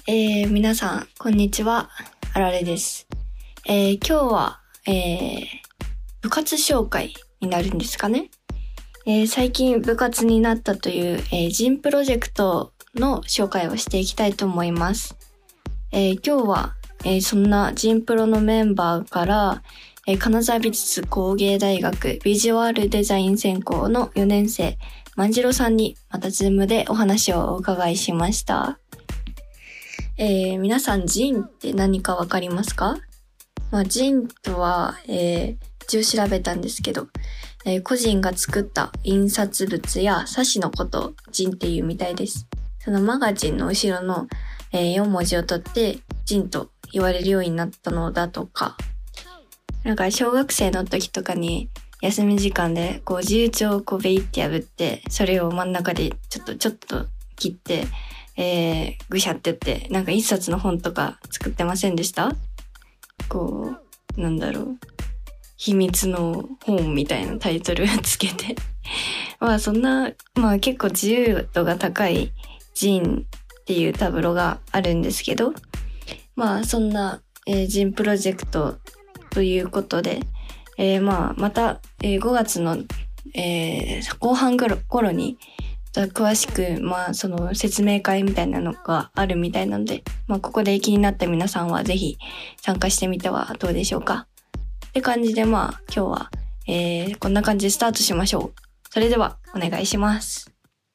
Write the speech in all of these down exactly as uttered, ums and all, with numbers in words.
えー、皆さんこんにちは、あられです。えー、今日は、えー、部活紹介になるんですかね。えー、最近部活になったという、えー、ジンプロジェクトの紹介をしていきたいと思います。えー、今日は、えー、そんなジンプロのメンバーから、えー、金沢美術工芸大学ビジュアルデザイン専攻のよねん生万次郎さんにまたズームでお話をお伺いしました。えー、皆さんジンって何かわかりますか？まあ、ジンとは、えー、一応調べたんですけど、えー、個人が作った印刷物や冊子のことをジンっていうみたいです。そのマガジンの後ろの、えー、よん文字を取ってジンと言われるようになったのだとか、なんか小学生の時とかに休み時間でこう自由帳をこうベイって破って、それを真ん中でちょっとちょっと切ってえー、ぐしゃってやってなんか一冊の本とか作ってませんでした？こうなんだろう、秘密の本みたいなタイトルつけてまあそんな、まあ結構自由度が高いジンっていうタブロがあるんですけど、まあそんな、えー、ジンプロジェクトということで、えー、まあまた、えー、ごがつの、えー、後半頃に詳しく、まあ、その説明会みたいなのがあるみたいなので、まあ、ここで気になった皆さんはぜひ参加してみてはどうでしょうか。って感じで、まあ、今日は、えー、こんな感じでスタートしましょう。それでは、お願いします。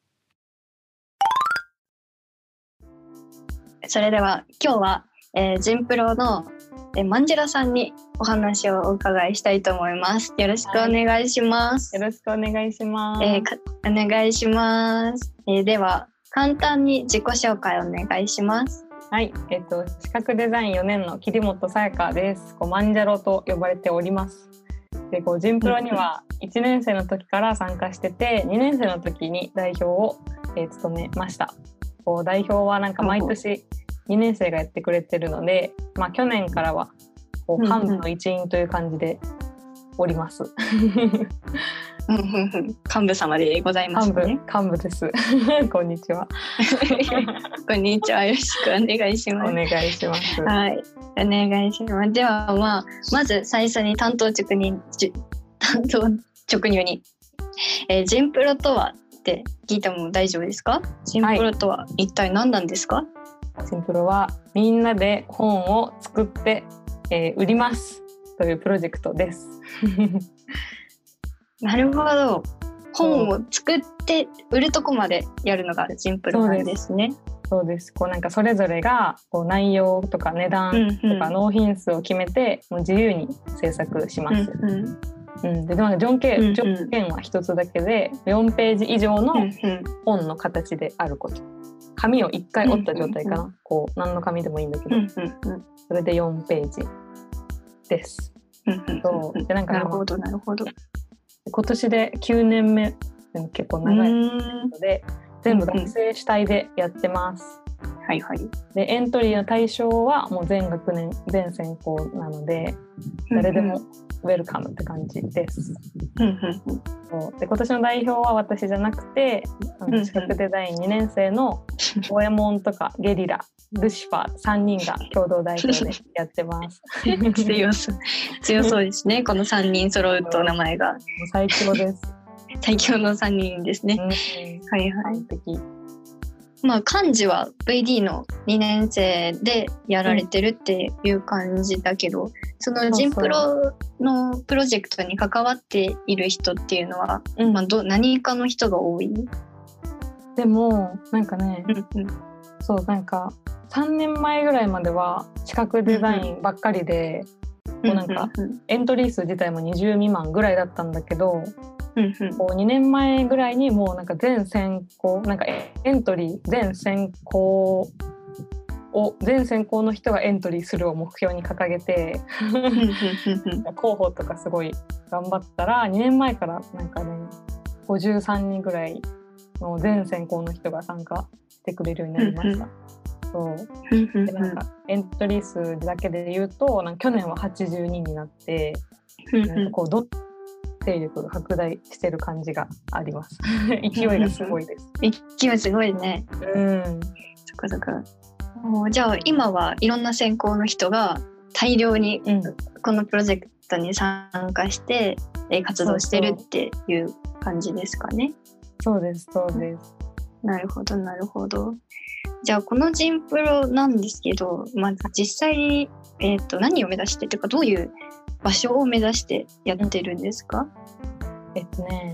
それでは、今日は、えー、ジンプロのえ万次郎さんにお話をお伺いしたいと思います。よろしくお願いします。 はい、よろしくお願いします。 えー、お願いします。えー、では簡単に自己紹介お願いします。 はい、えっと視覚デザインよねんの桐本さやかです。こうマンジャロと呼ばれております。で、こうジンプロにはいちねん生の時から参加してて、にねん生の時に代表を、えー、務めました。こう代表はなんか毎年にねん生がやってくれてるので、まあ、去年からはこう幹部の一員という感じでおります。 幹部様でございますね。 幹部、幹部です。こんにちは。 こんにちは。よろしくお願いします。 お願いします。 はい、お願いします。では、まあ、まず最初に担当直入担当直入に、えー、ジンプロとはって聞いても大丈夫ですか？ジンプロとは一体何なんですか？はい、 ジンプロはみんなで本を作って、えー、売りますというプロジェクトです。 なるほど。本を作って売るとこまでやるのがジンプロなんですね。 そうです。こうなんかそれぞれがこう内容とか値段とか納品数を決めて、もう自由に制作します。うんうんうん、でも条件、うんうん、条件は一つだけでよんページ以上の本の形であること。紙をいっかい折った状態かな、うんうんうん、こう何の紙でもいいんだけど、うんうんうん、それでよんページです。 うんうんうん、そうでなんかなるほどなるほど。 今年できゅうねんめ、でも結構長いので全部学生主体でやってます。 うんうん、はいはい。 でエントリーの対象はもう全学年全専攻なので、誰でもウェルカムって感じです。うんうんうん、そうで今年の代表は私じゃなくて、視覚デザインにねん生のゴエモンとかゲリラ、ルシファーさんにんが共同代表でやってます。 強そう、強そうですね。このさんにん揃うと名前が。もう最強です。 最強のさんにんですね。うん、はいはい。完璧。まあ幹事は ブイディー のにねん生でやられてるっていう感じだけど、うん、そのジンプロのプロジェクトに関わっている人っていうのは、うんまあ、ど何かの人が多い？ でもなんかね、うんうん、そうなんかさんねんまえぐらいまでは視覚デザインばっかりで、うんうん、こうなんかエントリー数自体もにじゅう未満ぐらいだったんだけど、うんうん、こうにねんまえぐらいにもうなんか全専攻なんかエントリー全専攻を全専攻の人がエントリーするを目標に掲げて候補とかすごい頑張ったら、にねんまえからなんかねごじゅうさんにんぐらいの全専攻の人が参加してくれるようになりました。そうでなんかエントリー数だけで言うとなんか去年ははちじゅうにんになってなんかこうど勢力が拡大してる感じがあります。勢いがすごいです。 勢いすごいね。 うん。 そっかそっか。 おじゃあ今はいろんな専攻の人が大量にこのプロジェクトに参加して、うん、活動してるっていう感じですかね。 そうですそうです。 なるほどなるほど。じゃあこのジンプロなんですけど、まあ、実際に、えーと、何を目指してというかどういう場所を目指してやってるんですか？ えっとね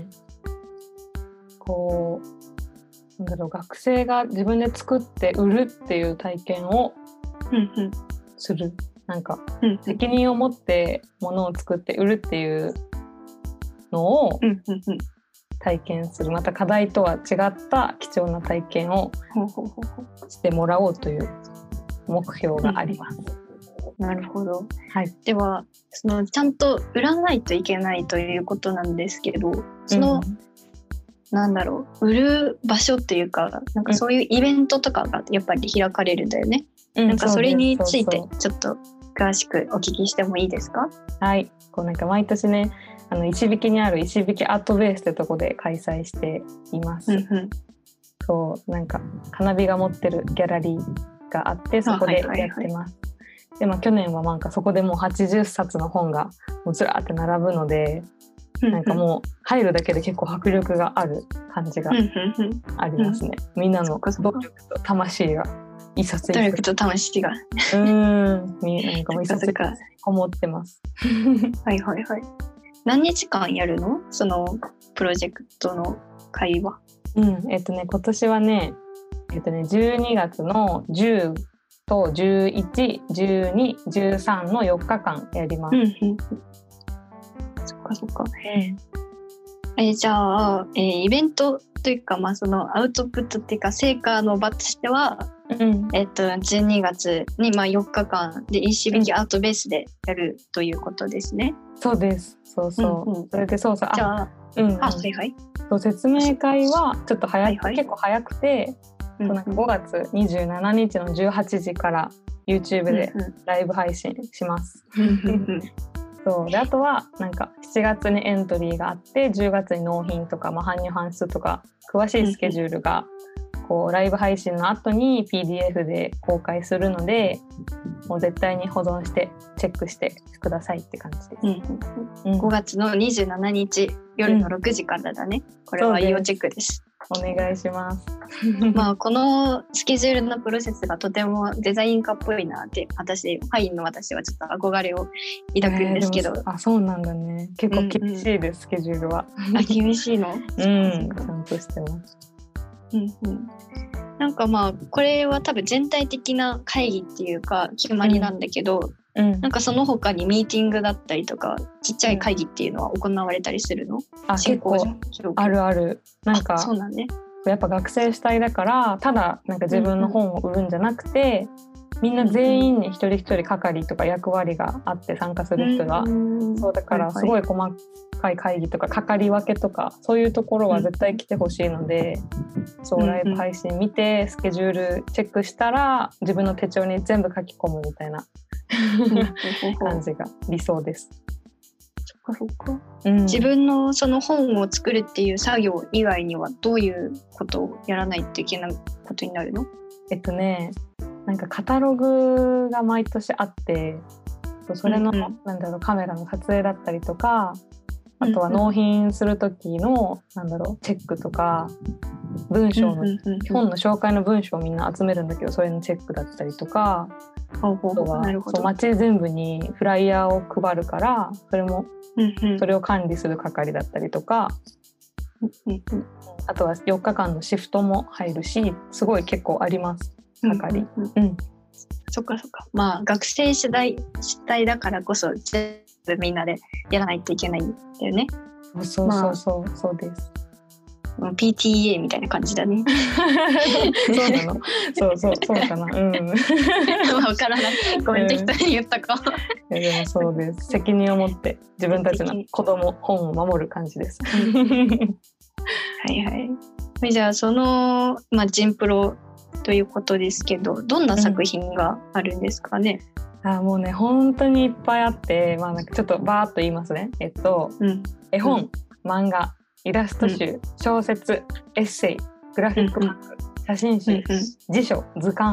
こうなんだろう、学生が自分で作って売るっていう体験をする、うんうん、なんか、うんうん、責任を持って物を作って売るっていうのを体験する、また課題とは違った貴重な体験をしてもらおうという目標があります。 うん、なるほど、はい、ではそのちゃんと売らないといけないということなんですけど、その、うん、なんだろう、売る場所っていうか、なんかそういうイベントとかがやっぱり開かれるんだよね、うん、なんかそれについてちょっと詳しくお聞きしてもいいですか？ はい、こうなんか毎年ね、あの石引にある石引アートベースってとこで開催しています、うんうん、そうなんか花火が持ってるギャラリーがあってそこでやってます、はいはいはい、で、まあ、去年はなんかそこでもうはちじゅっさつの本がもうずらーって並ぶので、うんうん、なんかもう入るだけで結構迫力がある感じがありますね、うんうんうん、みんなの努力と魂が一冊一冊努力と魂がうーんなんかもう一冊こもってますはいはいはい。何日間やるの？そのプロジェクトの会は。 うんえっとね今年はねえっとねじゅうにがつのじゅうとじゅういち、じゅうに、じゅうさんのよっかかんやります、うんうん、 そっかそっか、えー、じゃあ、えー、イベントというか、まあ、そのアウトプットっていうか成果の場としては、うんえっと、じゅうにがつにまあよっかかんで石引アートベースでやるということですね、 うん、そうですそうそう、うんうん、それでそうそうじゃあ、うんうん、あはいはいそう説明会はちょっと早、はいはい、結構早くてなんかごがつにじゅうしちにちのじゅうはちじから YouTube でライブ配信します、うんうん、そうであとはなんかしちがつにエントリーがあってじゅうがつに納品とか、まあ、搬入搬出とか詳しいスケジュールがこうライブ配信の後に ピーディーエフ で公開するのでもう絶対に保存してチェックしてくださいって感じです、 うんうん、ごがつのにじゅうしちにち夜のろくじからだね、うん、これは要チェックです。 お願いしますまあこのスケジュールのプロセスがとてもデザイン科っぽいなって私ファインの私はちょっと憧れを抱くんですけど、えー、 あそうなんだね結構厳しいです、うんうん、スケジュールはあ厳しいのうんちゃんとしてますうんうん、なんかまあこれは多分全体的な会議っていうか決まりなんだけど、うん、なんかその他にミーティングだったりとかちっちゃい会議っていうのは行われたりするの？ あ結構あるあるなんかそうなんねやっぱ学生主体だからただなんか自分の本を売るんじゃなくて、うんうん、みんな全員に一人一人係とか役割があって参加する人が、うん、そうだからすごい細かい会議とか係分けとかそういうところは絶対来てほしいので、うん、そうライブ配信見てスケジュールチェックしたら自分の手帳に全部書き込むみたいな感じが理想です。 そっかそっか、うん、自分のその本を作るっていう作業以外にはどういうことをやらないといけないことになるの？ えっとねなんかカタログが毎年あってそれの、うんうん、なんだろうカメラの撮影だったりとかあとは納品する時のなんだろうチェックとか文章の、うんうんうん、本の紹介の文章をみんな集めるんだけどそれのチェックだったりとかあとはそう街全部にフライヤーを配るからそれも、うんうん、それを管理する係だったりとか、うんうん、あとはよっかかんのシフトも入るしすごい結構あります係、うんうんうん、 そっかそっかまあ学生主体主体だからこそ全部みんなでやらないといけないんだよね。 そうそうそう、まあ、そうです。 ピーティーエー みたいな感じだね。 そうなの。そうそうそうかな。うん。 わからない。ごめん、適当に言ったか。 いやでもそうです。責任を持って自分たちの子供本を守る感じです。 はいはい。じゃあそのまあジンプロということですけど、どんな作品があるんですかね。 うん、あもうね本当にいっぱいあって、まあなんかちょっとバーっと言いますね。えっと、うん、絵本、うん、漫画。イラスト集、うん、小説、エッセイ、グラフィックバッグ、うん、写真集、うん、辞書、図鑑、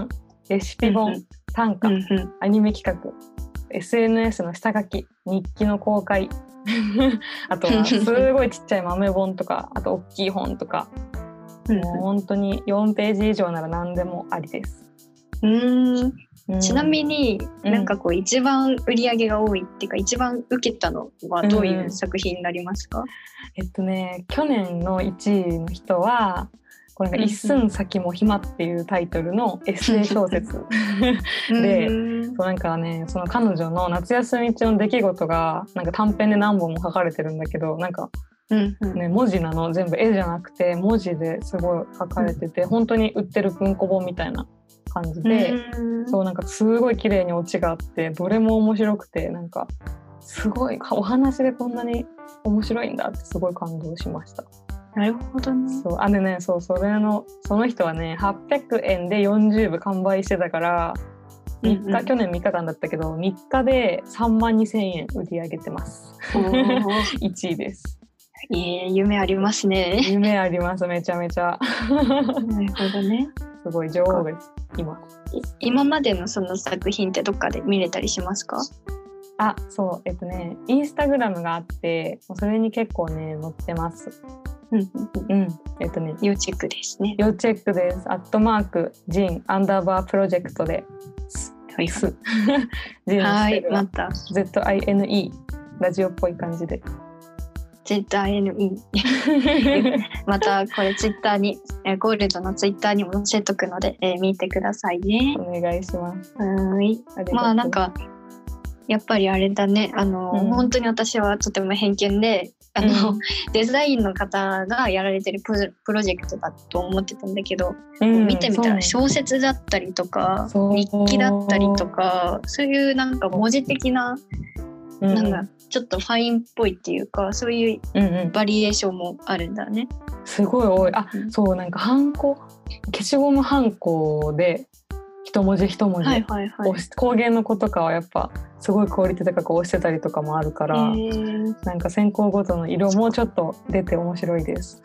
レシピ本、 うんうん、 短歌、 うんうん、 アニメ企画、エスエヌエス の下書き、日記の公開あとはすごいちっちゃい豆本とか、あと大きい本とか、もう本当によんページ以上なら何でもありです。 うーん、 うん、 ちなみになんかこう一番売り上げが多いっていうか、一番受けたのはどういう作品になりますか？うん、 えっとね去年のいちいの人はこれが一寸先も暇っていうタイトルのエッセイ小説で、そうなんかね、その彼女の夏休み中の出来事がなんか短編で何本も書かれてるんだけど、なんかうんうんね、文字なの、全部絵じゃなくて文字ですごい書かれてて、うん、本当に売ってる文庫本みたいな感じで、うん、そうなんかすごい綺麗にオチがあって、どれも面白くて、なんかすごいお話でこんなに面白いんだってすごい感動しました。 なるほどね。 そうあのね、そうそれのその人はねはっぴゃくえんでよんじゅうぶ完売してたから、みっか、うんうん、去年みっかかんだったけどみっかでさんまんにせんえん売り上げてますいちいです。 えー、夢ありますね。 夢あります、めちゃめちゃなるほどね。 すごい女王です今。 今までのその作品ってどっかで見れたりしますか？ あ、そうえっとねインスタグラムがあって、それに結構ね載ってます。 うんうんうん、 えっとね要チェックですね。 要チェックです。アットマークジンアンダーバープロジェクトで、 はいジンはい、またゼットアイエヌイー ラジオっぽい感じでゼットアイエヌイー またこれツイッターにゴールドのツイッターにも載せとくので、えー、見てくださいね。 お願いします。 はい、まあなんかやっぱりあれだね、あの、うん、本当に私はとても偏見であの、うん、デザインの方がやられてるプロジェクトだと思ってたんだけど、うん、見てみたら小説だったりとか日記だったりとか、そういうなんか文字的な、うん、なんかちょっとファインっぽいっていうか、そういうバリエーションもあるんだね。 うんうん、すごい多い。あ、そうなんかハンコ、消しゴムハンコで一文字一文字、はいはいはい、光源の子とかはやっぱすごいクオリティ高く押してたりとかもあるから、なんか線香ごとの色もちょっと出て面白いです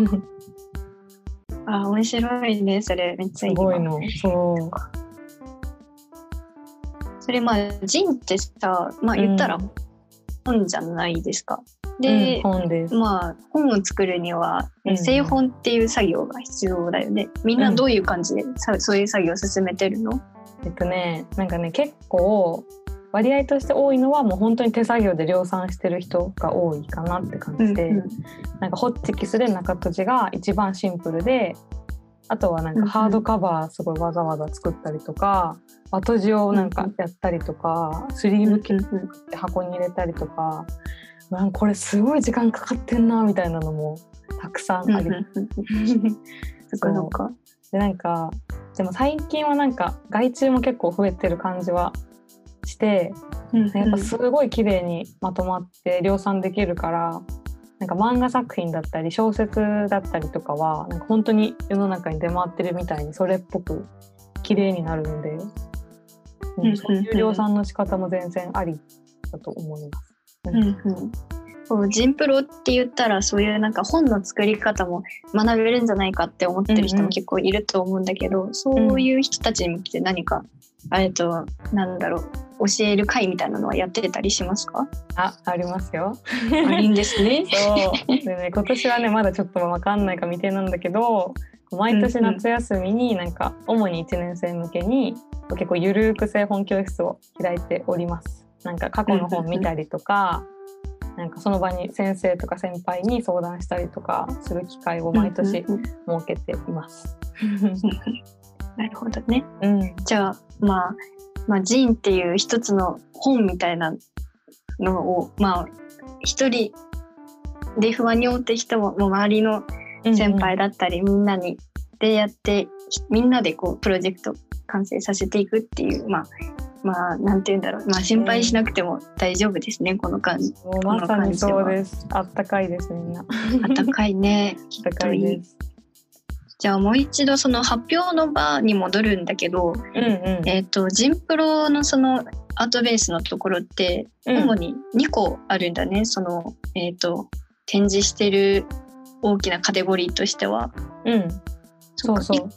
あ、面白いね、それめっちゃいい。 すごいの。そうそれまあジンってさ、まあ言ったら本じゃないですか。で、 うん、本です。 まあ本を作るには、ね、うん、製本っていう作業が必要だよね。みんなどういう感じで、うん、そういう作業を進めてるの？ えっとね、なんかね結構割合として多いのはもう本当に手作業で量産してる人が多いかなって感じで、うんうん、なんかホッチキスで中閉じが一番シンプルで、あとはなんかハードカバーすごいわざわざ作ったりとか、後閉じをなんかやったりとか、スリーブ切って箱に入れたりとか、なんかこれすごい時間かかってんなみたいなのもたくさんありそうか。 でなんかでも最近はなんか外注も結構増えてる感じはして、うんうん、やっぱすごい綺麗にまとまって量産できるから、なんか漫画作品だったり小説だったりとかはなんか本当に世の中に出回ってるみたいにそれっぽく綺麗になるので、うん、そういう量産の仕方も全然ありだと思います。 うんうん、こうジンプロって言ったらそういうなんか本の作り方も学べるんじゃないかって思ってる人も結構いると思うんだけど、うんうん、そういう人たちに向けて何か、あれとなんだろう教える会みたいなのはやってたりしますか？ あ、ありますよ。 ありんですね。 そうでね、今年はねまだちょっと分かんないか未定なんだけど、毎年夏休みになんか主にいちねん生向けに結構ゆるく製本教室を開いております。なんか過去の本見たりとか、なんかその場に先生とか先輩に相談したりとかする機会を毎年設けています。 なるほどね。 うん、 じゃあまあまあジンっていう一つの本みたいなのをまあ一人で不安に思ってる人ももう周りの先輩だったりみんなにでやって、うんうん、みんなでこうプロジェクト完成させていくっていう、まあまあなんて言うんだろう、まあ心配しなくても大丈夫ですね、うん、この感じ。 もうまさにそうです。あったかいですみんな。 あったかいね。 あったかいです。 じゃあもう一度その発表の場に戻るんだけど、 うんうん、 えっとジンプロのそのアートベースのところって主ににこあるんだね。うん、そのえっと展示してる大きなカテゴリーとしては。 うん。そうそう。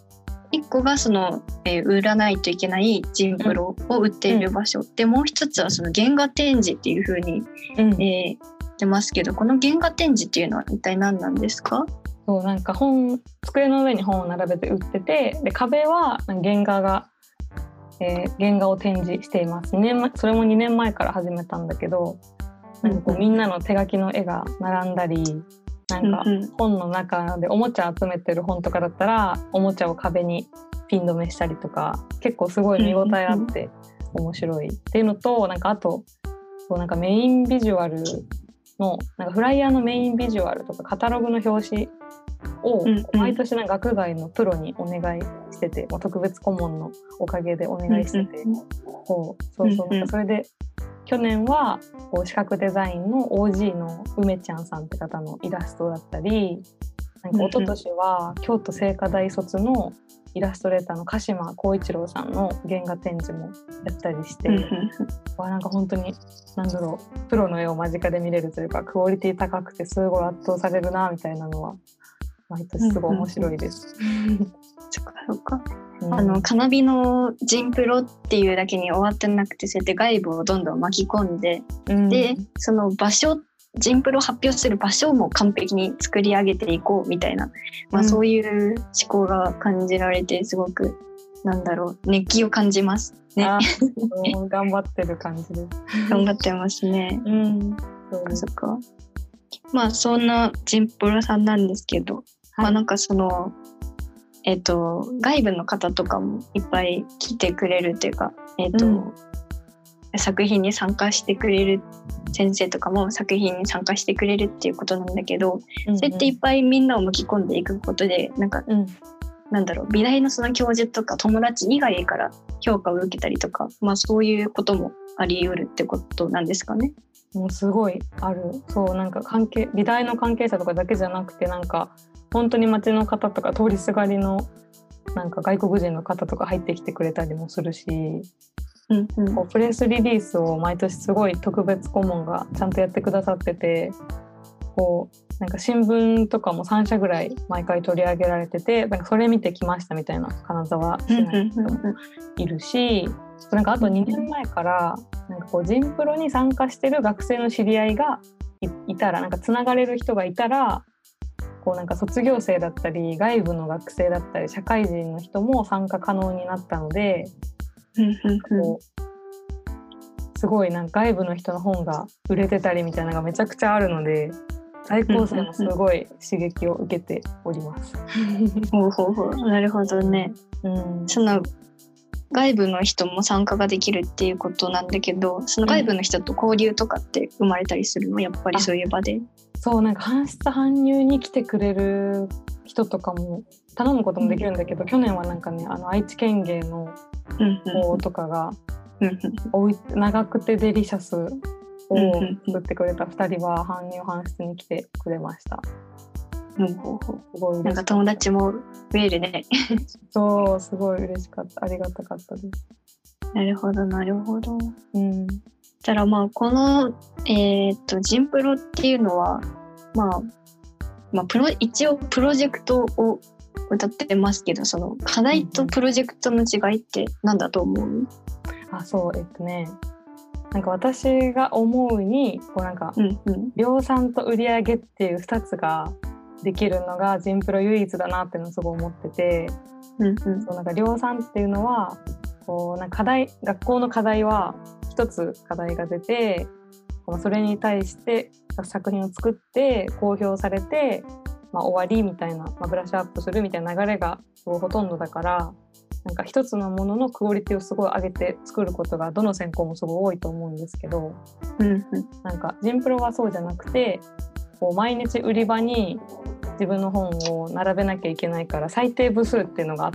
一個がその、えー、売らないといけないジンプロを売っている場所、うん、でもう一つはその原画展示っていう風に、うんえー、出ますけど、この原画展示っていうのは一体何なんですか？ そうなんか本机の上に本を並べて売ってて、で壁は原画が、えー、原画を展示しています。にねんまえ、それもにねんまえから始めたんだけど、なんかこう、うん、みんなの手書きの絵が並んだり、なんか本の中でおもちゃ集めてる本とかだったらおもちゃを壁にピン止めしたりとか、結構すごい見応えあって面白いっていうのと、なんかあとそうなんかメインビジュアルのなんかフライヤーのメインビジュアルとかカタログの表紙を毎年なんか学外のプロにお願いしてて、もう特別顧問のおかげでお願いしてて、こうそうそうなんかそれで去年はこう視覚デザインの オージー の梅ちゃんさんって方のイラストだったり、なんか一昨年は京都精華大卒のイラストレーターの鹿島光一郎さんの原画展示もやったりして、わなんか本当になんだろう、プロの絵を間近で見れるというか、クオリティ高くてすごい圧倒されるなみたいなのは毎年すごい面白いです。 そっかそっか。あのカナビのジンプロっていうだけに終わってなくて、そうやって外部をどんどん巻き込んで、うん、でその場所、ジンプロを発表する場所も完璧に作り上げていこうみたいな、まあ、そういう思考が感じられて、すごくなんだろう、熱気を感じますね。あ頑張ってる感じです。 頑張ってますね。うん、そっかそっか。まあそんなジンプロさんなんですけど、はい、まあなんかそのえっと、外部の方とかもいっぱい来てくれるっていうか、えっとうん、作品に参加してくれる先生とかも作品に参加してくれるっていうことなんだけど、うんうん、そうやっていっぱいみんなを巻き込んでいくことで、なんか、うん、なんだろう、美大のその教授とか友達以外から評価を受けたりとか、まあそういうこともあり得るってことなんですかね。 もうすごいある。そうなんか関係美大の関係者とかだけじゃなくて、なんか本当に街の方とか通りすがりのなんか外国人の方とか入ってきてくれたりもするし、うんうん、こうプレスリリースを毎年すごい特別顧問がちゃんとやってくださってて、こうなんか新聞とかもさんしゃぐらい毎回取り上げられてて、なんかそれ見てきましたみたいな金沢市内の人もいるし、なんかあとにねんまえからなんかこうジンプロに参加してる学生の知り合いが い, いたらなんかつながれる人がいたら、こうなんか卒業生だったり外部の学生だったり社会人の人も参加可能になったので、こうすごいなんか外部の人の本が売れてたりみたいなのがめちゃくちゃあるので、在校生もすごい刺激を受けております。 ほうほうほう、なるほどね。うん、その外部の人も参加ができるっていうことなんだけど、その外部の人と交流とかって生まれたりするの、やっぱりそういう場で。 そうなんか搬出搬入に来てくれる人とかも頼むこともできるんだけど、うん、去年はなんかね、あの愛知県芸の子とかが、うんうん、長くてデリシャスを作ってくれたふたりは搬入搬出に来てくれました。 うん、すごいなんか友達も増えるね。 そうすごい嬉しかった、ありがたかったです。 なるほどなるほど。うん。たらまあこのえー、っとジンプロっていうのはまあまあプロ一応プロジェクトを歌ってますけど、その課題とプロジェクトの違いって何だと思う？うん、 あそうえっとね。なんか私が思うにこうなんか、うんうん、量産と売り上げっていうふたつができるのがジンプロ唯一だなっていうのをすごい思ってて、うんうん、そうなんか量産っていうのはこうなんか課題、学校の課題は一つ課題が出て、それに対して作品を作って公表されて、まあ、終わりみたいな、まあ、ブラッシュアップするみたいな流れがほとんどだから、なんか一つのもののクオリティをすごい上げて作ることがどの専攻もすごい多いと思うんですけど、うんうん、なんかジンプロはそうじゃなくて、こう毎日売り場に自分の本を並べなきゃいけないから最低部数っていうのがあって、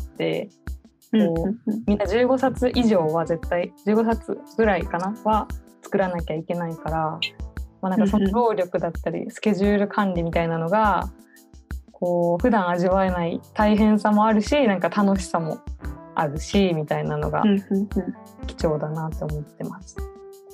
こうみんなじゅうごさつ以上は絶対じゅうごさつぐらいかなは作らなきゃいけないから、まあ、なんかその労力だったりスケジュール管理みたいなのがこう普段味わえない大変さもあるし、なんか楽しさもあるしみたいなのが貴重だなって思ってます。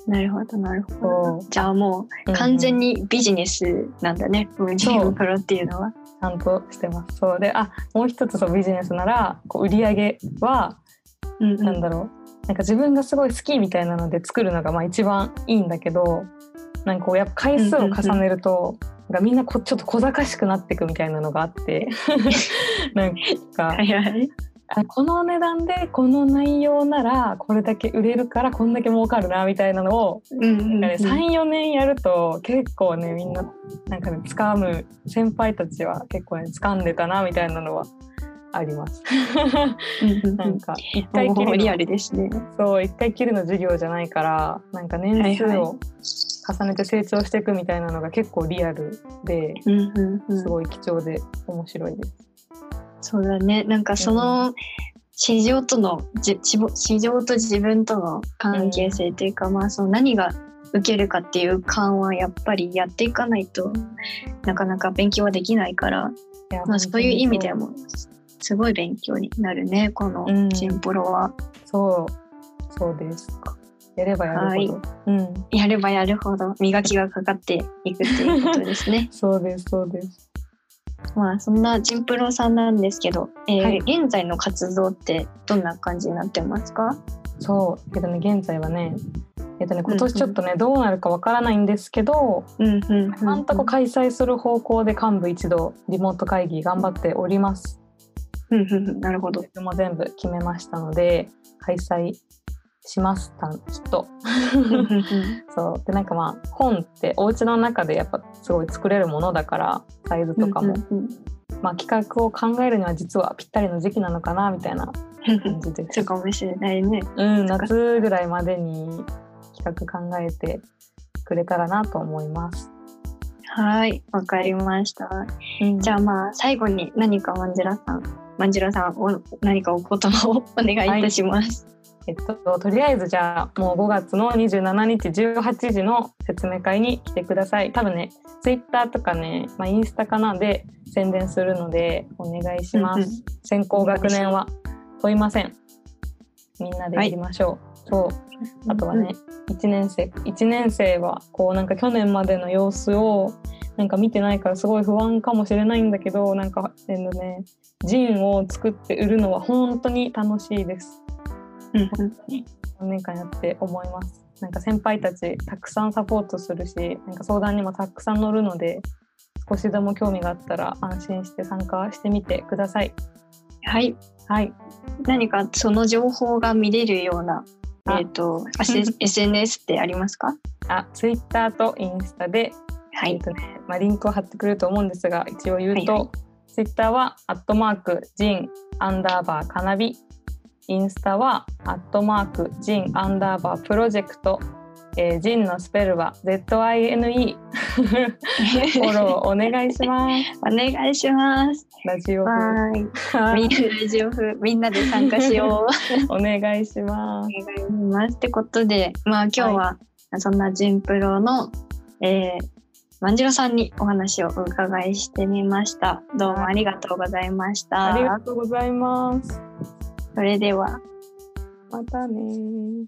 なるほどなるほど。 そうじゃあもう完全にビジネスなんだね、うんうん、ジムプロっていうのは。 ちゃんとしてます。そうで、あ、もう一つそうビジネスならこう売り上げは、うんうん、なんだろう、なんか自分がすごい好きみたいなので作るのがまあ一番いいんだけど、なんかこうやっぱ回数を重ねると、うんうんうん、なんかみんなこちょっと小賢しくなっていくみたいなのがあってなんかはい、はいこの値段でこの内容ならこれだけ売れるからこんだけ儲かるなみたいなのを、うんうんうん、ね、さん、よねんやると結構ねみんななんかね掴む先輩たちは結構ね掴んでたなみたいなのはありますなんか一回きりのリアルですね。 そう一回きりの授業じゃないからなんか年数を重ねて成長していくみたいなのが結構リアルで、うんうんうん、すごい貴重で面白いです。 そうだね。なんかその市場との、うん、市場と自分との関係性というか、うん、まあその何が受けるかっていう感はやっぱりやっていかないとなかなか勉強はできないから、まあ、そういう意味でもすごい勉強になるねこのジンプロは、うん、 そうそうです。やればやるほど、はいうん、やればやるほど磨きがかかっていくっていうことですねそうですそうです。 まあそんなジンプロさんなんですけど、えーはい、現在の活動ってどんな感じになってますか？ そうけどね現在はねえっとね今年ちょっとね、うんうん、どうなるかわからないんですけど、うんうんうんうん、今んとこ開催する方向で幹部一同リモート会議頑張っております。 うんうんうん、なるほど。 僕も全部決めましたので開催しますたきっとそうでなんかまあ本ってお家の中でやっぱすごい作れるものだからサイズとかも、うんうんうん、まあ企画を考えるには実はぴったりの時期なのかなみたいな感じですそうかもしれないね。 うん夏ぐらいまでに企画考えてくれたらなと思います。 はいわかりました、うん、じゃあまあ最後に何かまんじらさんまんじらさんお何かお言葉をお願いいたします、はいえっと、とりあえずじゃあもうごがつのにじゅうしちにちじゅうはちじの説明会に来てください。多分ねツイッターとかね、まあ、インスタかなで宣伝するのでお願いします、うんうん、専攻学年は問いません。みんなでやりましょう、はい、そうあとはね、うん、いちねん生いちねん生はこうなんか去年までの様子をなんか見てないからすごい不安かもしれないんだけどなんか、えーね、ジンを作って売るのは本当に楽しいです。さんねんかんやって思います。なんか先輩たちたくさんサポートするしなんか相談にもたくさん乗るので少しでも興味があったら安心して参加してみてください。 はい、はい、何かその情報が見れるような、えーと、エスエヌエス ってありますか？ あ、Twitter とインスタで、はいえーとねまあ、リンクを貼ってくれると思うんですが一応言うと、はいはい、Twitter はアットマークジンアンダーバーカナビインスタはアットマークジンアンダーバープロジェクト、えー、ジンのスペルは ゼットアイエヌイー フォローお願いしますお願いします。 ラジオ風はいみんなラジオ風みんなで参加しようお願いしますお願いしますってことでまあ今日は、はい、そんなジンプロの、えー、万次郎さんにお話をお伺いしてみました。どうもありがとうございました、はい、 ありがとうございます。 それではまたね、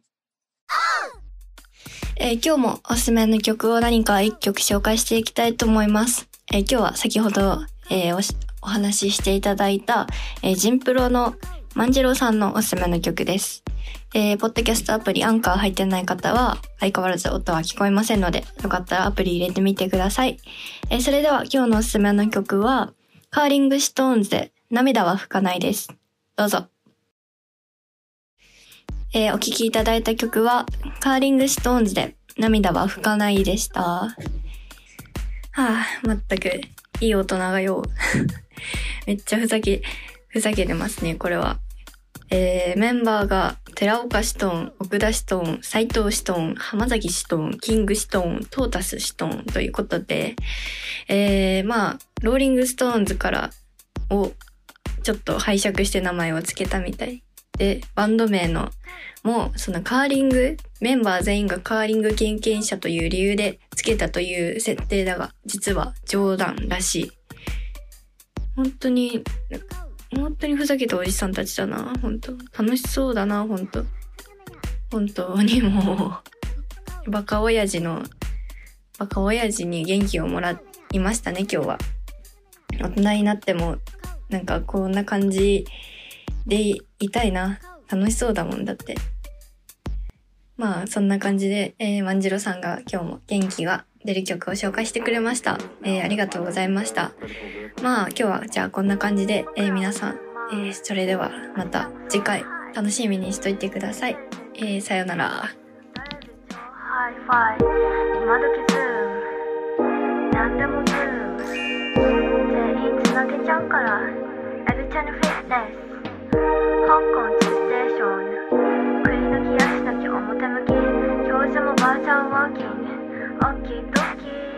えー、今日もおすすめの曲を何か一曲紹介していきたいと思います、えー、今日は先ほど、えー、お, お話ししていただいた、えー、ジンプロの万次郎さんのおすすめの曲です、えー、ポッドキャストアプリアンカー入ってない方は相変わらず音は聞こえませんのでよかったらアプリ入れてみてください、えー、それでは今日のおすすめの曲はカーリングストーンズで涙は拭かないです。どうぞ。えー、お聴きいただいた曲はカーリングストーンズで涙は拭かないでした。はあ、まったくいい大人がよめっちゃふざけふざけてますねこれは、えー、メンバーが寺岡シトーン、奥田シトーン、斉藤シトーン、浜崎シトーン、キングシトーン、トータスシトーンということで、えー、まあローリングストーンズからをちょっと拝借して名前を付けたみたいで、バンド名のもそのカーリングメンバー全員がカーリング経験者という理由で付けたという設定だが実は冗談らしい。本当に本当にふざけたおじさんたちだな。本当楽しそうだな。本当本当にもうバカ親父のバカ親父に元気をもらいましたね。今日は大人になってもなんかこんな感じでいたいな。楽しそうだもんだって。まあそんな感じで、えー、万次郎さんが今日も元気が出る曲を紹介してくれました。えー、ありがとうございました。まあ今日はじゃあこんな感じで、えー、皆さん、えー、それではまた次回楽しみにしといてください。えー、さよなら。ハイファイ、今時ズーム、何でもズーム、全員つなげちゃうから、エビチャンフィットネス、香港地ステーション、くり抜き足だけ表向き、表情もバーチャルワーキング、オッキードッキー。